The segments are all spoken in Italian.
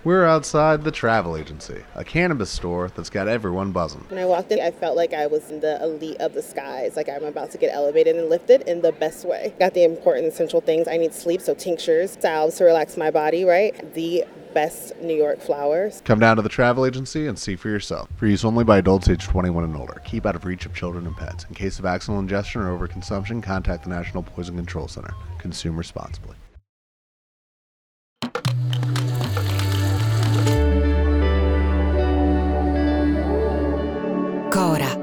We're outside the Travel Agency, a cannabis store that's got everyone buzzing. When I walked in, I felt like I was in the elite of the skies, like I'm about to get elevated and lifted in the best way. Got the important essential things. I need sleep, so tinctures, salves to relax my body, right? The best New York flowers. Come down to the Travel Agency and see for yourself. For use only by adults age 21 and older. Keep out of reach of children and pets. In case of accidental ingestion or overconsumption, contact the National Poison Control Center. Consume responsibly. Cora.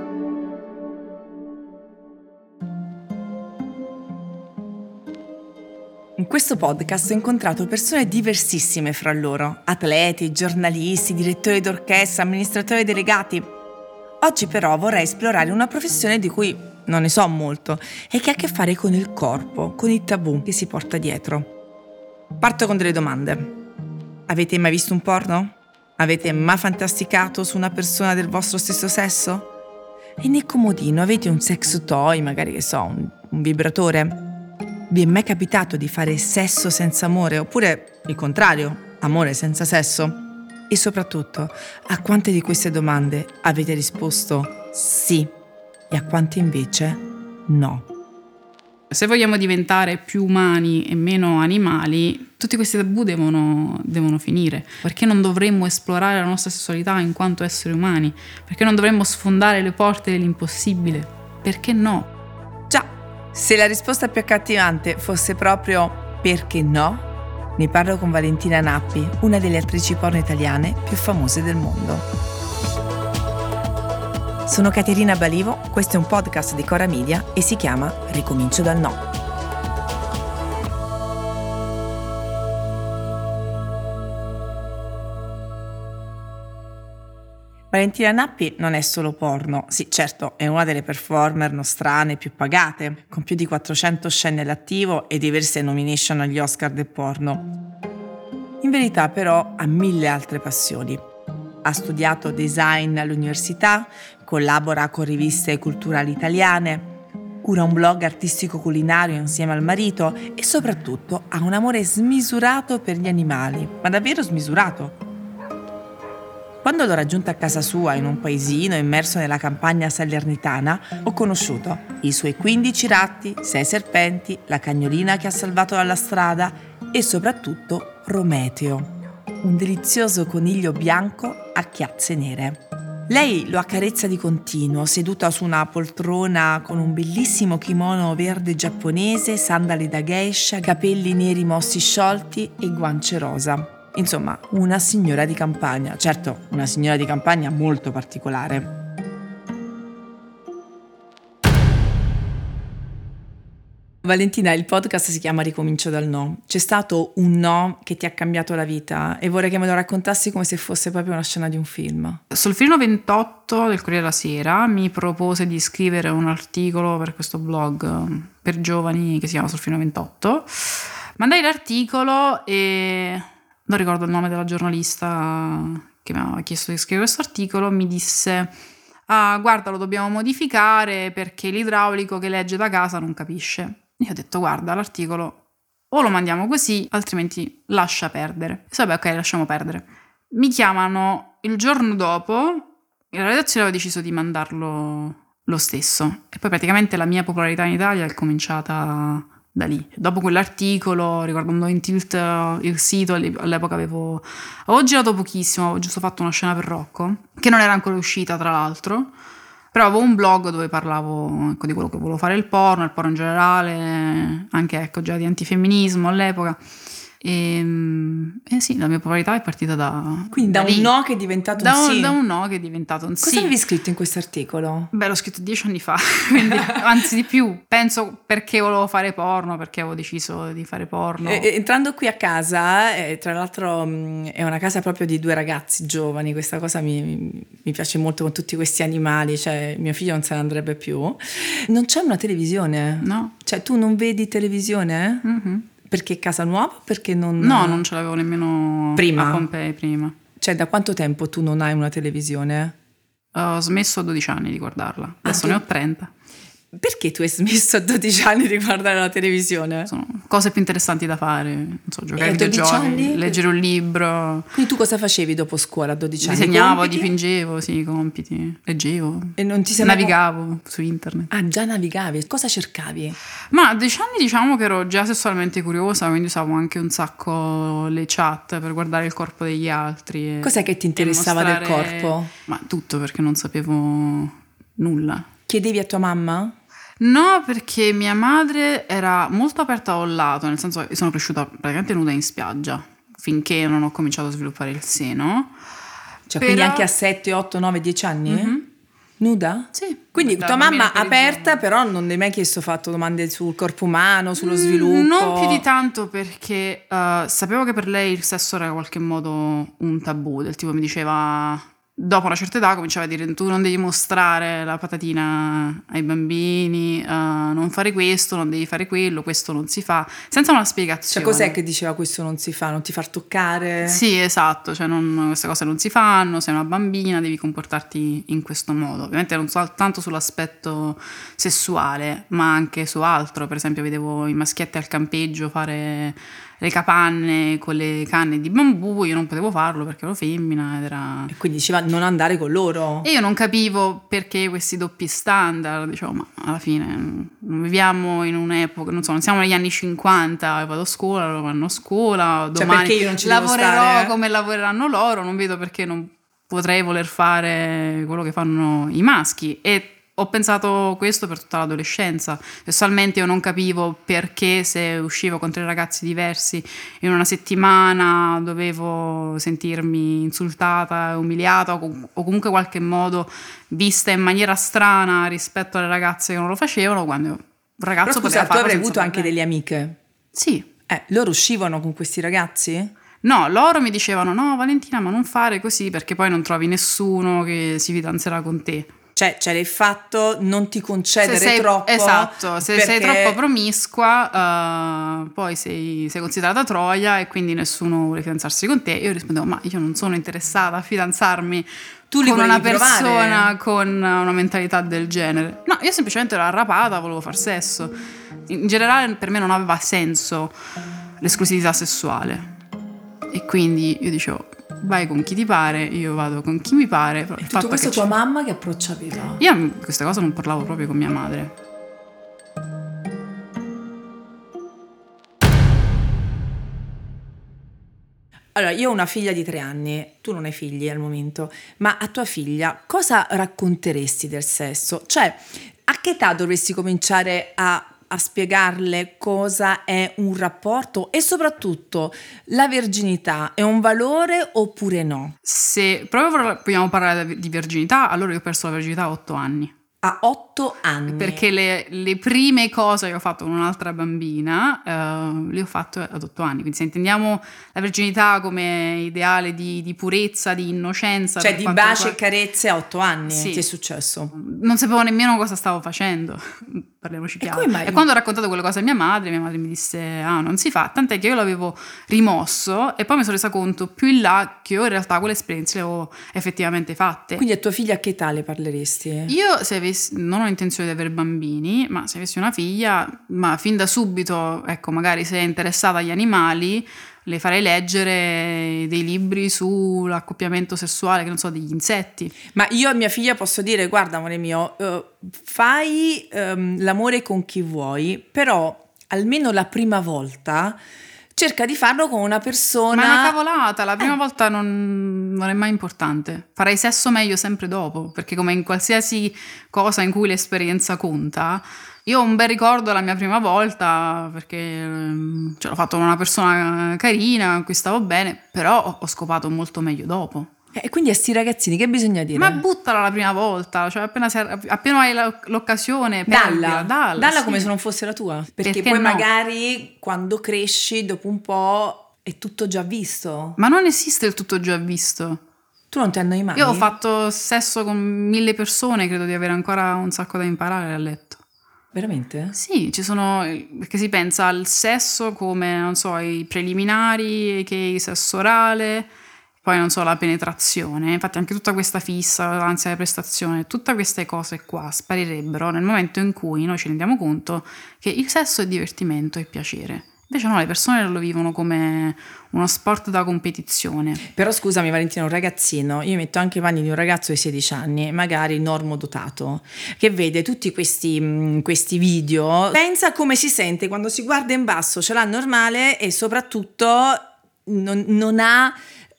In questo podcast ho incontrato persone diversissime fra loro, atleti, giornalisti, direttori d'orchestra, amministratori delegati. Oggi però vorrei esplorare una professione di cui non ne so molto e che ha a che fare con il corpo, con i tabù che si porta dietro. Parto con delle domande. Avete mai visto un porno? Avete mai fantasticato su una persona del vostro stesso sesso? E nel comodino avete un sex toy, magari che so, un vibratore? Vi è mai capitato di fare sesso senza amore? Oppure il contrario, amore senza sesso? E soprattutto, a quante di queste domande avete risposto sì e a quante invece no? Se vogliamo diventare più umani e meno animali, tutti questi tabù devono finire. Perché non dovremmo esplorare la nostra sessualità in quanto esseri umani? Perché non dovremmo sfondare le porte dell'impossibile? Perché no? Già, se la risposta più accattivante fosse proprio perché no, ne parlo con Valentina Nappi, una delle attrici porno italiane più famose del mondo. Sono Caterina Balivo, questo è un podcast di Cora Media e si chiama Ricomincio dal no. Valentina Nappi non è solo porno, sì certo è una delle performer nostrane più pagate, con più di 400 scene all'attivo e diverse nomination agli Oscar del porno. In verità però ha 1000 altre passioni. Ha studiato design all'università, collabora con riviste culturali italiane, cura un blog artistico culinario insieme al marito e soprattutto ha un amore smisurato per gli animali, ma davvero smisurato. Quando l'ho raggiunta a casa sua in un paesino immerso nella campagna salernitana, ho conosciuto i suoi 15 ratti, 6 serpenti, la cagnolina che ha salvato dalla strada e soprattutto Prometeo, un delizioso coniglio bianco a chiazze nere. Lei lo accarezza di continuo, seduta su una poltrona con un bellissimo kimono verde giapponese, sandali da geisha, capelli neri mossi sciolti e guance rosa. Insomma, una signora di campagna, certo, una signora di campagna molto particolare. Valentina, il podcast si chiama Ricomincio dal no. C'è stato un no che ti ha cambiato la vita e vorrei che me lo raccontassi come se fosse proprio una scena di un film. Solferino 28 del Corriere della Sera mi propose di scrivere un articolo per questo blog per giovani che si chiama Solferino 28. Mandai l'articolo e non ricordo il nome della giornalista che mi aveva chiesto di scrivere questo articolo, mi disse: ah, guarda, lo dobbiamo modificare perché l'idraulico che legge da casa non capisce. Io ho detto: guarda, l'articolo o lo mandiamo così, altrimenti lascia perdere. E vabbè, ok, lasciamo perdere. Mi chiamano il giorno dopo, la redazione aveva deciso di mandarlo lo stesso. E poi praticamente la mia popolarità in Italia è cominciata da lì. Dopo quell'articolo, riguardando in Tilt il sito, all'epoca avevo girato pochissimo, avevo giusto fatto una scena per Rocco, che non era ancora uscita tra l'altro, però avevo un blog dove parlavo, ecco, di quello che volevo fare il porno in generale, anche ecco già di antifemminismo all'epoca. E sì, la mia popolarità è partita da... Quindi da un lì. No che è diventato un sì. Da un no che è diventato un sì. Cosa avevi scritto in questo articolo? Beh, l'ho scritto 10 anni fa, quindi, anzi di più. Penso perché volevo fare porno, perché avevo deciso di fare porno. Entrando qui a casa, tra l'altro è una casa proprio di 2 ragazzi giovani, questa cosa mi piace molto con tutti questi animali, cioè mio figlio non se ne andrebbe più. Non c'è una televisione? No. Cioè tu non vedi televisione? Mm-hmm. Perché casa nuova? Perché non... No, non ce l'avevo nemmeno prima. A Pompei prima. Cioè da quanto tempo tu non hai una televisione? Ho smesso a 12 anni di guardarla, adesso ne ho 30. Perché tu hai smesso a 12 anni di guardare la televisione? Sono cose più interessanti da fare, non so, giocare ai a 12 videogiochi, anni? leggere un libro. Quindi tu cosa facevi dopo scuola a 12 anni? Disegnavo, Compiti? dipingevo, sì, compiti, leggevo, E non ti sembrava... navigavo su internet. Ah, già navigavi. Cosa cercavi? Ma a 10 anni diciamo che ero già sessualmente curiosa, quindi usavo anche un sacco le chat per guardare il corpo degli altri. Cos'è che ti interessava del corpo? Ma tutto, perché non sapevo nulla. Chiedevi a tua mamma? No, perché mia madre era molto aperta a un lato, nel senso che sono cresciuta praticamente nuda in spiaggia, finché non ho cominciato a sviluppare il seno. Cioè, quindi anche a 7, 8, 9, 10 anni? Mm-hmm. Nuda? Sì. Quindi Da tua bambina mamma aperta, però non hai mai fatto domande sul corpo umano, sullo sviluppo? Non più di tanto, perché sapevo che per lei il sesso era in qualche modo un tabù, del tipo mi diceva... Dopo una certa età cominciava a dire: tu non devi mostrare la patatina ai bambini, non fare questo, non devi fare quello, questo non si fa, senza una spiegazione. Cioè, cos'è che diceva questo non si fa, non ti far toccare? Sì, esatto, cioè queste cose non si fanno, sei una bambina, devi comportarti in questo modo. Ovviamente non soltanto sull'aspetto sessuale, ma anche su altro. Per esempio vedevo i maschietti al campeggio fare le capanne con le canne di bambù, io non potevo farlo perché ero femmina ed era... E quindi diceva non andare con loro. E io non capivo perché questi doppi standard, dicevo, ma alla fine non viviamo in un'epoca, non so, non siamo negli anni 50, vado a scuola, loro vanno a scuola, Cioè, domani perché io non ci devo lavorerò stare? come lavoreranno loro, non vedo perché non potrei voler fare quello che fanno i maschi. E ho pensato questo per tutta l'adolescenza. Sessualmente io non capivo perché se uscivo con 3 ragazzi diversi in una settimana dovevo sentirmi insultata, umiliata o comunque in qualche modo vista in maniera strana rispetto alle ragazze che non lo facevano, quando un ragazzo Però scusa, poteva tu farlo avrai senza avuto anche problemi. delle amiche? Sì. Loro uscivano con questi ragazzi? No, loro mi dicevano: no Valentina, ma non fare così perché poi non trovi nessuno che si fidanzerà con te. Cioè l'hai fatto, non ti concedere troppo. Esatto, se sei perché- troppo promiscua, poi sei considerata troia e quindi nessuno vuole fidanzarsi con te. Io rispondevo: ma io non sono interessata a fidanzarmi Tu li con una volevi provare? persona con una mentalità del genere. No, io semplicemente ero arrapata, volevo far sesso. In generale per me non aveva senso l'esclusività sessuale. E quindi io dicevo: vai con chi ti pare, io vado con chi mi pare. Però il Tutto fatto questo che tua mamma che approccio aveva? io queste cose non parlavo proprio con mia madre. Allora, io ho una figlia di 3 anni, tu non hai figli al momento, ma a tua figlia cosa racconteresti del sesso? Cioè, a che età dovresti cominciare a spiegarle cosa è un rapporto e soprattutto la verginità è un valore oppure no? Se proprio vogliamo parlare di verginità, allora io ho perso la verginità a 8 anni. A 8 anni. Perché le prime cose che ho fatto con un'altra bambina le ho fatte ad 8 anni. Quindi se intendiamo la verginità come ideale di purezza, di innocenza. Cioè per di quanto baci e riguarda- carezze a 8 anni, Sì. ti è successo? Non sapevo nemmeno cosa stavo facendo, parliamoci chiaro. come mai? E quando ho raccontato quelle cose a mia madre mi disse: ah, non si fa. Tant'è che io l'avevo rimosso e poi mi sono resa conto più in là che io in realtà quelle esperienze le avevo effettivamente fatte. Quindi a tua figlia a che età le parleresti? Io non ho intenzione di avere bambini, ma se avessi una figlia, ma fin da subito, ecco, magari se è interessata agli animali, le farei leggere dei libri sull'accoppiamento sessuale, che non so, degli insetti. Ma io a mia figlia posso dire: guarda amore mio, fai l'amore con chi vuoi, però almeno la prima volta cerca di farlo con una persona. Ma è una cavolata, la prima volta non è mai importante. Farei sesso meglio sempre dopo, perché come in qualsiasi cosa in cui l'esperienza conta, io ho un bel ricordo della mia prima volta, perché l'ho fatto con una persona carina, con cui stavo bene, però ho scopato molto meglio dopo. E quindi a sti ragazzini che bisogna dire? Ma buttala la prima volta, cioè appena hai l'occasione, perdila, dalla sì. come se non fosse la tua. Perché Perché poi no? magari quando cresci, dopo un po', è tutto già visto. Ma non esiste il tutto già visto. Tu non ti annoi mai? Io ho fatto sesso con 1000 persone, credo di avere ancora un sacco da imparare a letto. Veramente? Sì, perché si pensa al sesso come, non so, i preliminari, che il sesso orale, poi non so, la penetrazione, infatti anche tutta questa fissa, l'ansia di prestazione, tutte queste cose qua sparirebbero nel momento in cui noi ci rendiamo conto che il sesso è divertimento e piacere. Invece no, le persone lo vivono come uno sport da competizione. Però scusami Valentina, un ragazzino, io metto anche i panni di un ragazzo di 16 anni, magari normodotato, che vede tutti questi video, pensa come si sente quando si guarda in basso, ce l'ha normale e soprattutto non ha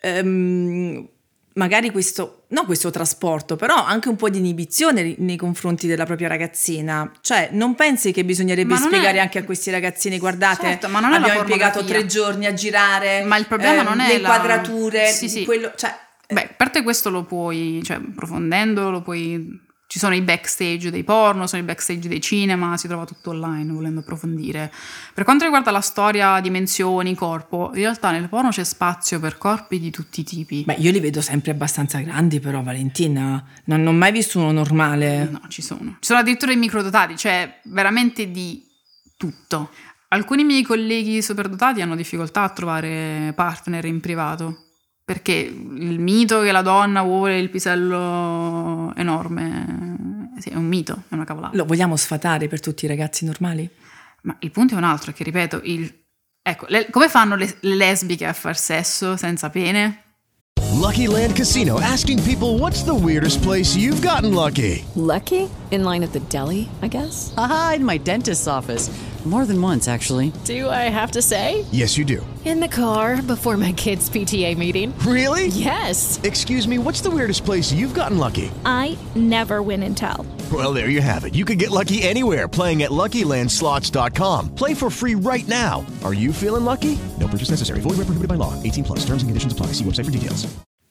magari questo trasporto, però anche un po' di inibizione nei confronti della propria ragazzina. Cioè, non pensi che bisognerebbe spiegare anche a questi ragazzini, guardate, certo, ma non è abbiamo impiegato 3 giorni a girare, ma il problema non è le inquadrature, sì. quello, cioè, beh, a parte questo lo puoi, cioè, approfondendo lo puoi. Ci sono i backstage dei porno, sono i backstage dei cinema, si trova tutto online volendo approfondire. Per quanto riguarda la storia, dimensioni, corpo, in realtà nel porno c'è spazio per corpi di tutti i tipi. Beh, io li vedo sempre abbastanza grandi, però Valentina, non ho mai visto uno normale. No, ci sono. Ci sono addirittura i microdotati, cioè veramente di tutto. Alcuni miei colleghi superdotati hanno difficoltà a trovare partner in privato. Perché il mito che la donna vuole il pisello enorme, sì, è un mito, è una cavolata. Lo vogliamo sfatare per tutti i ragazzi normali? Ma il punto è un altro, è che ripeto, come fanno le lesbiche a far sesso senza pene? Lucky Land Casino, asking people, what's the weirdest place you've gotten lucky? Lucky? In line at the deli, I guess? Aha, in my dentist's office. More than once, actually. Do I have to say? Yes, you do. In the car before my kids' PTA meeting. Really? Yes. Excuse me, what's the weirdest place you've gotten lucky? I never win and tell. Well, there you have it. You can get lucky anywhere, playing at LuckyLandSlots.com. Play for free right now. Are you feeling lucky? No purchase necessary. Void where prohibited by law. 18 plus. Terms and conditions apply. See website for details.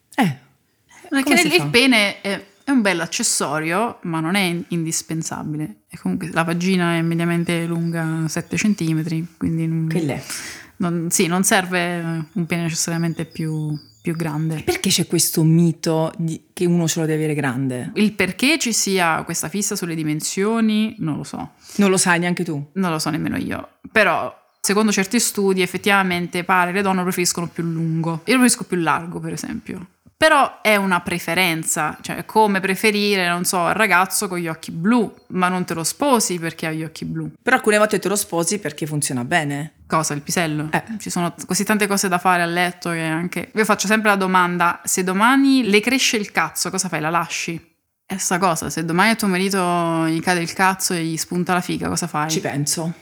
Perché il pene è un bel accessorio, ma non è indispensabile. E comunque la vagina è mediamente lunga 7 centimetri, quindi non serve un pene necessariamente più grande. Perché c'è questo mito che uno ce lo deve avere grande? Il perché ci sia questa fissa sulle dimensioni non lo so. Non lo sai neanche tu? Non lo so nemmeno io. Però secondo certi studi effettivamente pare le donne preferiscono più lungo. Io preferisco più largo, per esempio. Però è una preferenza, cioè è come preferire, non so, il ragazzo con gli occhi blu, ma non te lo sposi perché ha gli occhi blu. Però alcune volte te lo sposi perché funziona bene. Cosa? Il pisello? Ci sono così tante cose da fare a letto che anche... Io faccio sempre la domanda, se domani le cresce il cazzo, cosa fai? La lasci? È sta cosa, se domani a tuo marito gli cade il cazzo e gli spunta la figa, cosa fai? Ci penso.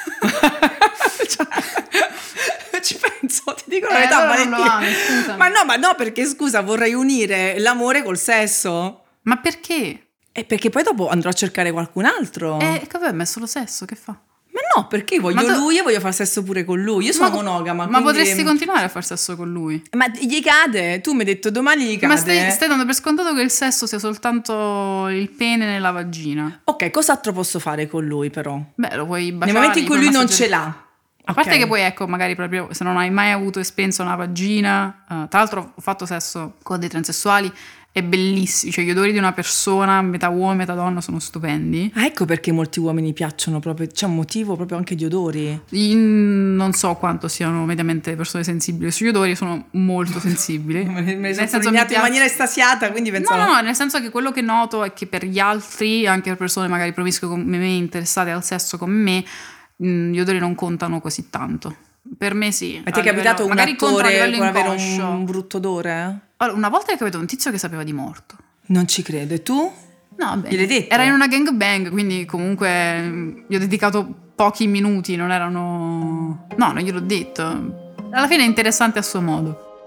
Ci penso, ti dico la verità, Valentina. Ma no, perché scusa, vorrei unire l'amore col sesso. Ma perché? Perché poi dopo andrò a cercare qualcun altro. Che vabbè, ma è solo sesso, che fa? Ma no, perché voglio lui e voglio fare sesso pure con lui. Io sono monogama. Ma quindi... potresti continuare a fare sesso con lui. Ma gli cade, tu mi hai detto domani gli cade. Ma stai dando per scontato che il sesso sia soltanto il pene nella vagina. Ok, cos'altro posso fare con lui però? Beh, lo puoi baciare. Nel momento in cui lui non ce l'ha. A parte che poi, ecco, magari proprio se non hai mai avuto esperienza una vagina, tra l'altro ho fatto sesso con dei transessuali, è bellissimo, cioè gli odori di una persona, metà uomo, metà donna, sono stupendi. Ah, ecco perché molti uomini piacciono proprio, c'è un motivo proprio anche di odori. Non so quanto siano mediamente persone sensibili sugli odori, sono molto sensibili. Me ne sono sottolineato in maniera estasiata, quindi pensavo... No, nel senso che quello che noto è che per gli altri, anche per persone magari promiscue come me, interessate al sesso come me, gli odori non contano così tanto. Per me sì. Ma ti è capitato un attore con avere un brutto odore? Allora, una volta è capitato un tizio che sapeva di morto. Non ci credo. E tu? No, beh, gliel'hai detto? Era in una gangbang, quindi comunque gli ho dedicato pochi minuti, non erano... No, non gliel'ho detto. Alla fine è interessante a suo modo.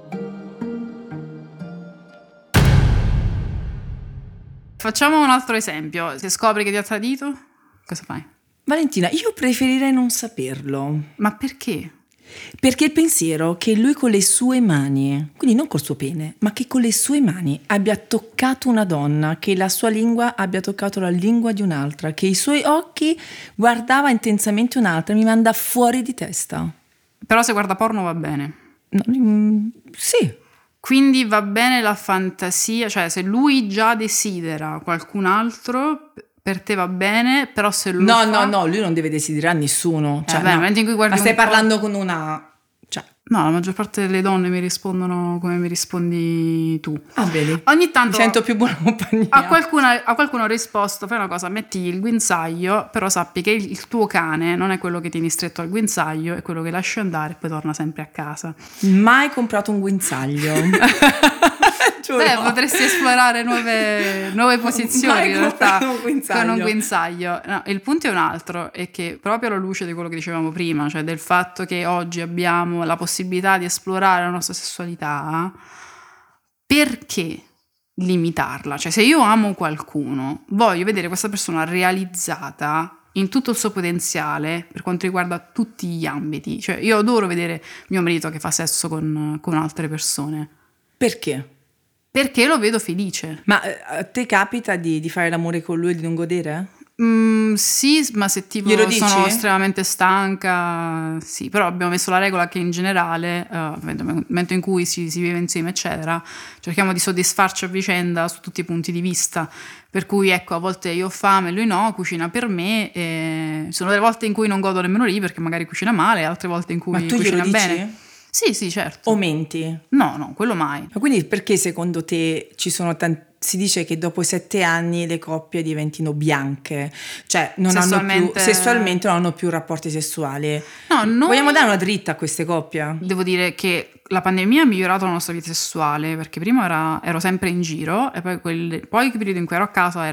Facciamo un altro esempio. Se scopri che ti ha tradito, cosa fai? Valentina, io preferirei non saperlo. Ma perché? Perché il pensiero che lui con le sue mani, quindi non col suo pene, ma che con le sue mani abbia toccato una donna, che la sua lingua abbia toccato la lingua di un'altra, che i suoi occhi guardava intensamente un'altra, mi manda fuori di testa. Però se guarda porno va bene. No, sì. Quindi va bene la fantasia, cioè se lui già desidera qualcun altro... Per te va bene, però se lui No, lui non deve desiderare nessuno. Cioè, nel momento in cui guardi ma stai parlando con una... Cioè, No, la maggior parte delle donne mi rispondono come mi rispondi tu. Ah, vedi. Ogni tanto Mi sento più buona compagnia. a qualcuno ho risposto: fai una cosa, mettigli il guinzaglio, però sappi che il tuo cane non è quello che tieni stretto al guinzaglio, è quello che lasci andare e poi torna sempre a casa. Mai comprato un guinzaglio. Giuro. Beh, potresti esplorare nuove posizioni Mai in realtà comprato un guinzaglio. con un guinzaglio. No, il punto è un altro, è che proprio alla luce di quello che dicevamo prima, cioè del fatto che oggi abbiamo la possibilità di esplorare la nostra sessualità, perché limitarla? Cioè, se io amo qualcuno, voglio vedere questa persona realizzata in tutto il suo potenziale per quanto riguarda tutti gli ambiti. Cioè, io adoro vedere mio marito che fa sesso con altre persone. Perché? Perché lo vedo felice. Ma a te capita di fare l'amore con lui e di non godere? Sì, ma se tipo Glielo dici? sono estremamente stanca, sì, però abbiamo messo la regola che in generale, nel momento in cui si vive insieme, eccetera, cerchiamo di soddisfarci a vicenda su tutti i punti di vista. Per cui, ecco, a volte io ho fame, lui no, cucina per me. Sono delle volte in cui non godo nemmeno lì perché magari cucina male, altre volte in cui Ma tu cucina glielo dici? bene. Sì, certo. O menti? No, quello mai. Ma quindi perché secondo te ci sono si dice che dopo 7 anni le coppie diventino bianche, cioè sessualmente non hanno più rapporti sessuali? No, vogliamo dare una dritta a queste coppie? Devo dire che la pandemia ha migliorato la nostra vita sessuale, perché prima ero sempre in giro e poi il periodo in cui ero a casa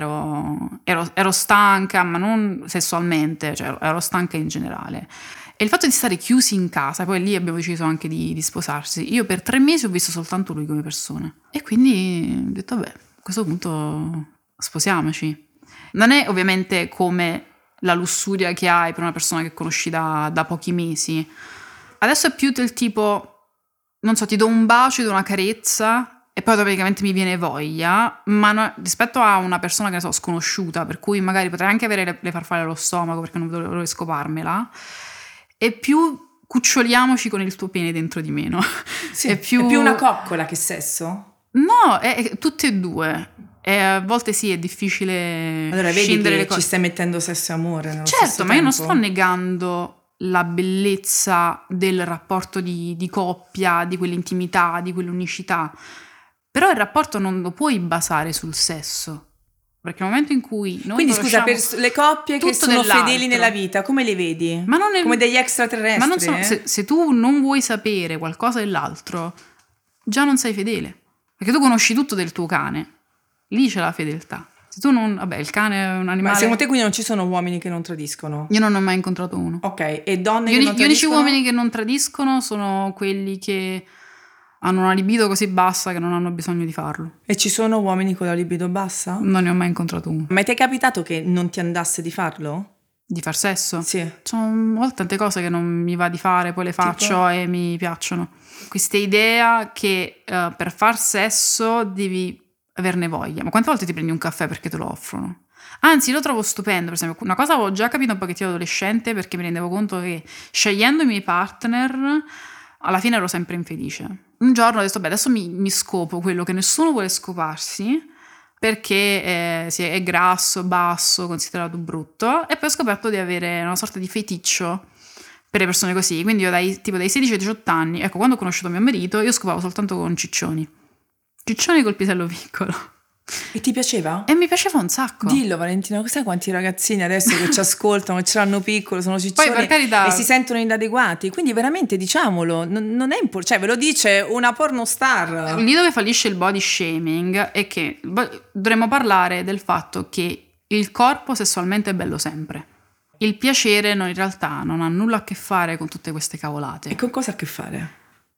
ero stanca, ma non sessualmente, cioè ero stanca in generale. E il fatto di stare chiusi in casa, poi lì abbiamo deciso anche di sposarsi. Io per 3 mesi ho visto soltanto lui come persona. E quindi ho detto, vabbè, a questo punto sposiamoci. Non è ovviamente come la lussuria che hai per una persona che conosci da pochi mesi. Adesso è più del tipo, non so, ti do un bacio, ti do una carezza e poi automaticamente mi viene voglia, ma rispetto a una persona che ne so, sconosciuta, per cui magari potrei anche avere le farfalle allo stomaco perché non volevo scoparmela, e più cuccioliamoci con il tuo pene dentro di me, no? Sì, è più una coccola che sesso? No, è tutte e due. E a volte sì, è difficile allora vedi scindere che le cose. Ci stai mettendo sesso e amore nello Certo, stesso ma io non tempo. sto negando la bellezza del rapporto di coppia, di quell'intimità, di quell'unicità, però il rapporto non lo puoi basare sul sesso. Perché nel momento in cui noi quindi scusa, per le coppie che sono fedeli nella vita, come le vedi? Ma non è, come degli extraterrestri? Ma non sono, se tu non vuoi sapere qualcosa dell'altro, già non sei fedele. Perché tu conosci tutto del tuo cane. Lì c'è la fedeltà. Se tu non... Vabbè, il cane è un animale... Ma secondo te quindi non ci sono uomini che non tradiscono? Io non ho mai incontrato uno. Ok, e donne che non tradiscono? Gli unici uomini che non tradiscono sono quelli che hanno una libido così bassa che non hanno bisogno di farlo. E ci sono uomini con la libido bassa? Non ne ho mai incontrato uno. Ma ti è capitato che non ti andasse di farlo? Di far sesso? Sì. Sono tante cose che non mi va di fare, poi le faccio e mi piacciono. Questa idea che per far sesso devi averne voglia. Ma quante volte ti prendi un caffè perché te lo offrono? Anzi, lo trovo stupendo. Per esempio, una cosa avevo già capito un pochettino adolescente, perché mi rendevo conto che scegliendo i miei partner alla fine ero sempre infelice. Un giorno ho detto, beh, adesso mi scopo quello che nessuno vuole scoparsi, perché è grasso, basso, considerato brutto, e poi ho scoperto di avere una sorta di feticcio per le persone così. Quindi io dai 16 ai 18 anni, ecco, quando ho conosciuto mio marito, io scopavo soltanto con ciccioni col pisello piccolo. E ti piaceva? E mi piaceva un sacco. Dillo, Valentina, sai quanti ragazzini adesso che ci ascoltano, ce l'hanno piccolo, sono ciccioni, poi per carità, e si sentono inadeguati, quindi veramente diciamolo, non è importante, cioè ve lo dice una pornostar. Lì dove fallisce il body shaming è che dovremmo parlare del fatto che il corpo sessualmente è bello sempre. Il piacere in realtà non ha nulla a che fare con tutte queste cavolate. E con cosa ha a che fare?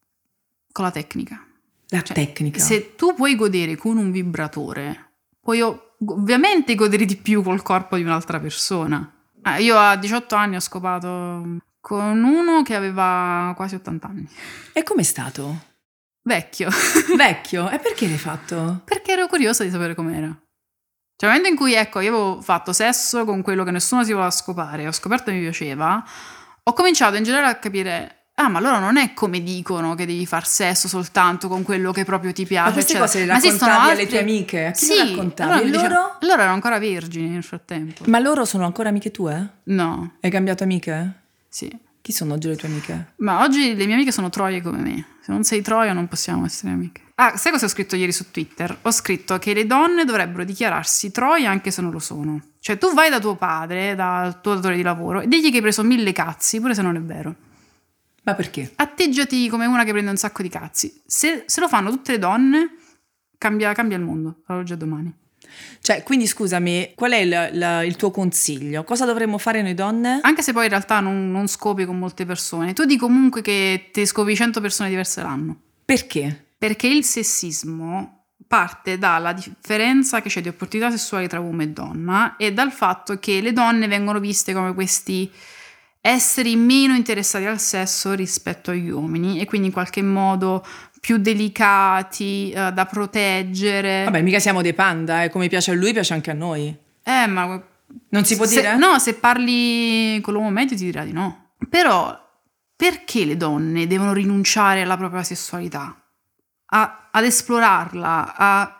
Con la tecnica. La tecnica. Se tu puoi godere con un vibratore, puoi ovviamente godere di più col corpo di un'altra persona. Io a 18 anni ho scopato con uno che aveva quasi 80 anni. E com'è stato? Vecchio. Vecchio? E perché l'hai fatto? Perché ero curiosa di sapere com'era. Cioè, nel momento in cui, ecco, io avevo fatto sesso con quello che nessuno si voleva scopare, ho scoperto che mi piaceva, ho cominciato in generale a capire... ma allora non è come dicono che devi far sesso soltanto con quello che proprio ti piace. Ma queste cioè, cose le raccontavi alle tue amiche? A chi le raccontavi? Allora erano ancora vergini nel frattempo. Ma loro sono ancora amiche tue? No. Hai cambiato amiche? Sì. Chi sono oggi le tue amiche? Ma oggi le mie amiche sono troie come me. Se non sei troia non possiamo essere amiche. Ah, sai cosa ho scritto ieri su Twitter? Ho scritto che le donne dovrebbero dichiararsi troie anche se non lo sono. Cioè tu vai da tuo padre, dal tuo datore di lavoro, e digli che hai preso 1000 cazzi, pure se non è vero. Ma perché? Atteggiati come una che prende un sacco di cazzi. Se lo fanno tutte le donne, cambia il mondo, dall'oggi a domani. Cioè, quindi scusami, qual è il tuo consiglio? Cosa dovremmo fare noi donne? Anche se poi in realtà non scopi con molte persone. Tu di comunque che ti scopi 100 persone diverse l'anno. Perché? Perché il sessismo parte dalla differenza che c'è di opportunità sessuali tra uomo e donna e dal fatto che le donne vengono viste come questi esseri meno interessati al sesso rispetto agli uomini e quindi in qualche modo più delicati, da proteggere. Vabbè, mica siamo dei panda, come piace a lui piace anche a noi. Ma non si può dire? No, se parli con l'uomo medio ti dirà di no. Però perché le donne devono rinunciare alla propria sessualità? Ad esplorarla,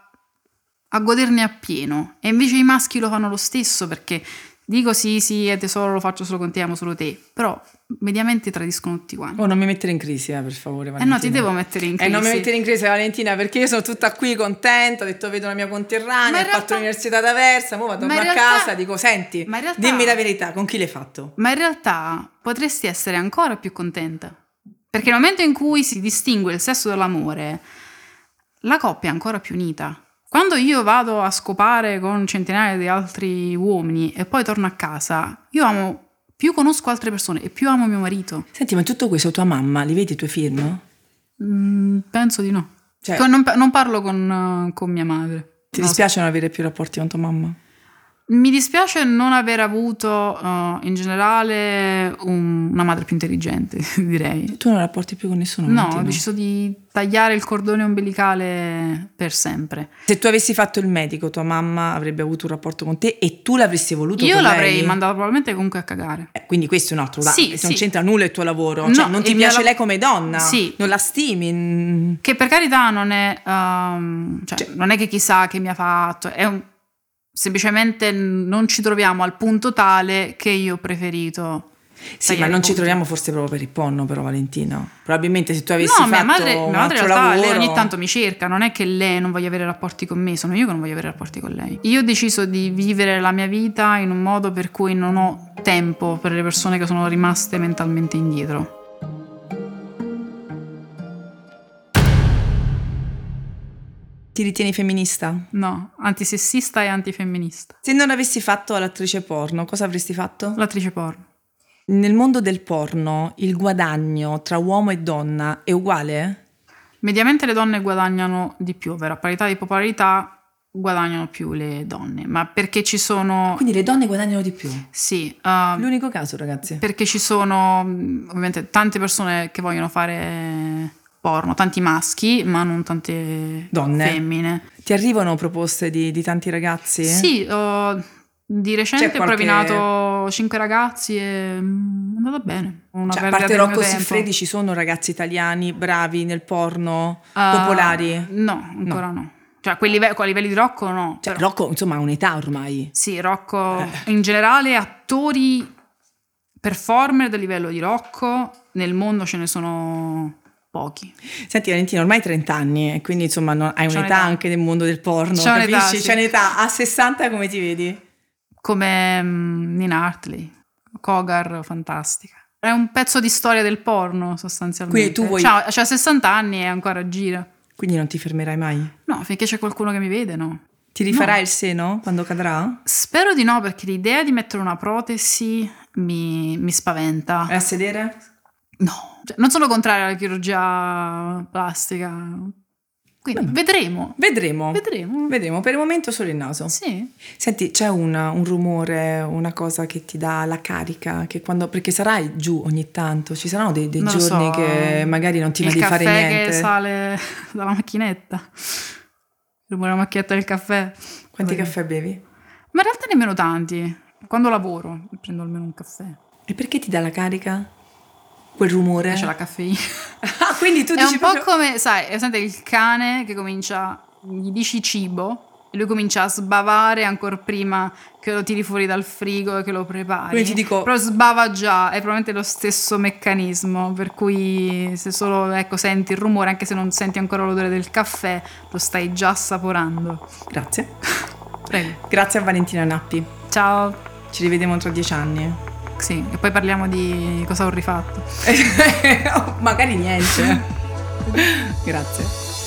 a goderne appieno. E invece i maschi lo fanno lo stesso, perché dico sì, è tesoro, lo faccio solo con te, amo solo te. Però mediamente tradiscono tutti quanti. Oh, non mi mettere in crisi, per favore, Valentina. No, ti devo mettere in crisi. Non mi mettere in crisi, Valentina, perché io sono tutta qui contenta, ho detto vedo la mia conterranea, ho fatto l'università da Versa, ora torno a casa, dico senti, dimmi la verità, con chi l'hai fatto? Ma in realtà potresti essere ancora più contenta. Perché nel momento in cui si distingue il sesso dall'amore, la coppia è ancora più unita. Quando io vado a scopare con centinaia di altri uomini e poi torno a casa, io più conosco altre persone e più amo mio marito. Senti, ma tutto questo tua mamma, li vedi i tuoi film? Penso di no. Cioè, non parlo con mia madre. Ti dispiace non avere più rapporti con tua mamma? Mi dispiace non aver avuto in generale una madre più intelligente, direi. Tu non rapporti più con nessuno? No, Valentina? ho deciso di tagliare il cordone ombelicale per sempre. Se tu avessi fatto il medico, tua mamma avrebbe avuto un rapporto con te e tu l'avresti voluto Io con lei? Io l'avrei mandata probabilmente comunque a cagare. Quindi questo è un altro dato, sì. Non c'entra nulla il tuo lavoro, no, cioè non ti piace lei come donna, sì. Non la stimi. Che per carità non è, non è che chissà che mi ha fatto, semplicemente non ci troviamo al punto tale che io ho preferito. Sì, ma non ci troviamo forse proprio per il porno, però, Valentina. Probabilmente se tu avessi fatto mia madre in realtà lavoro... lei ogni tanto mi cerca, non è che lei non voglia avere rapporti con me, sono io che non voglio avere rapporti con lei. Io ho deciso di vivere la mia vita in un modo per cui non ho tempo per le persone che sono rimaste mentalmente indietro. Ti ritieni femminista? No, antisessista e antifemminista. Se non avessi fatto l'attrice porno, cosa avresti fatto? L'attrice porno. Nel mondo del porno il guadagno tra uomo e donna è uguale? Mediamente le donne guadagnano di più, ovvero a parità di popolarità guadagnano più le donne, ma perché ci sono... Quindi le donne guadagnano di più? Sì. L'unico caso, ragazzi. Perché ci sono ovviamente tante persone che vogliono fare porno, tanti maschi, ma non tante donne. Femmine. Ti arrivano proposte di tanti ragazzi? Sì, di recente ho propinato 5 ragazzi e è andata bene. A parte Rocco Siffredi ci sono ragazzi italiani bravi nel porno, popolari? No, ancora no. Cioè a livelli di Rocco no. Cioè Rocco insomma ha un'età ormai. Sì, Rocco in generale attori performer del livello di Rocco nel mondo ce ne sono pochi. Senti Valentina, ormai hai 30 anni e quindi insomma hai un'età anche nel mondo del porno, capisci? C'è un'età, a 60 come ti vedi? Come Nina Hartley, Kogar, fantastica. È un pezzo di storia del porno sostanzialmente. Quindi tu vuoi... C'ha 60 anni e ancora gira. Quindi non ti fermerai mai? No, finché c'è qualcuno che mi vede, no. Ti rifarai il seno quando cadrà? Spero di no, perché l'idea di mettere una protesi mi spaventa. E a sedere? No, cioè, non sono contraria alla chirurgia plastica. Quindi vedremo. Per il momento solo il naso. Sì. Senti, c'è un rumore, una cosa che ti dà la carica, che perché sarai giù ogni tanto, ci saranno dei giorni che magari non ti va di fare niente. Il caffè che sale dalla macchinetta. Il rumore della macchinetta del caffè. Quanti caffè bevi? Ma in realtà nemmeno tanti. Quando lavoro prendo almeno un caffè. E perché ti dà la carica? Quel rumore? C'è la caffeina. Quindi tu dici è un po' come, sai, è sempre il cane che comincia, gli dici cibo E lui comincia a sbavare ancora prima che lo tiri fuori dal frigo e che lo prepari. Quindi ti dico, però sbava già, è probabilmente lo stesso meccanismo, per cui se solo senti il rumore, anche se non senti ancora l'odore del caffè, lo stai già assaporando. grazie. Prego. Grazie a Valentina Nappi. Ciao. Ci rivediamo tra 10 anni. Sì, e poi parliamo di cosa ho rifatto. Magari niente. Grazie.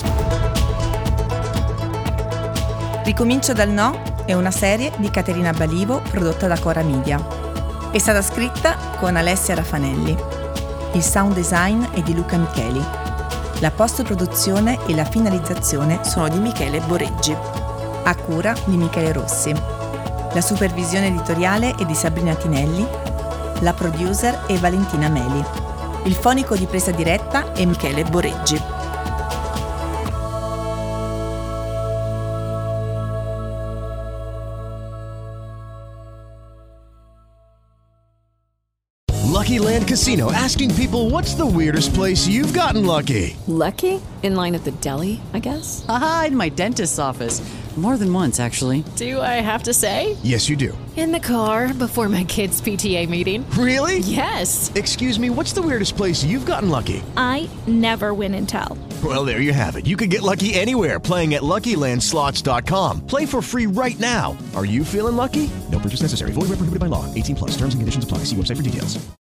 Ricomincio dal no è una serie di Caterina Balivo prodotta da Cora Media. È stata scritta con Alessia Raffanelli. Il sound design è di Luca Micheli. La post-produzione e la finalizzazione sono di Michele Boreggi, a cura di Michele Rossi. La supervisione editoriale è di Sabrina Tinelli. La producer è Valentina Meli. Il fonico di presa diretta è Michele Boreggi. Lucky Land Casino, asking people, what's the weirdest place you've gotten lucky? Lucky? In line at the deli, I guess? Aha, in my dentist's office. More than once, actually. Do I have to say? Yes, you do. In the car before my kids' PTA meeting. Really? Yes. Excuse me, what's the weirdest place you've gotten lucky? I never win and tell. Well, there you have it. You can get lucky anywhere, playing at LuckyLandSlots.com. Play for free right now. Are you feeling lucky? No purchase necessary. Void where prohibited by law. 18+. Terms and conditions apply. See website for details.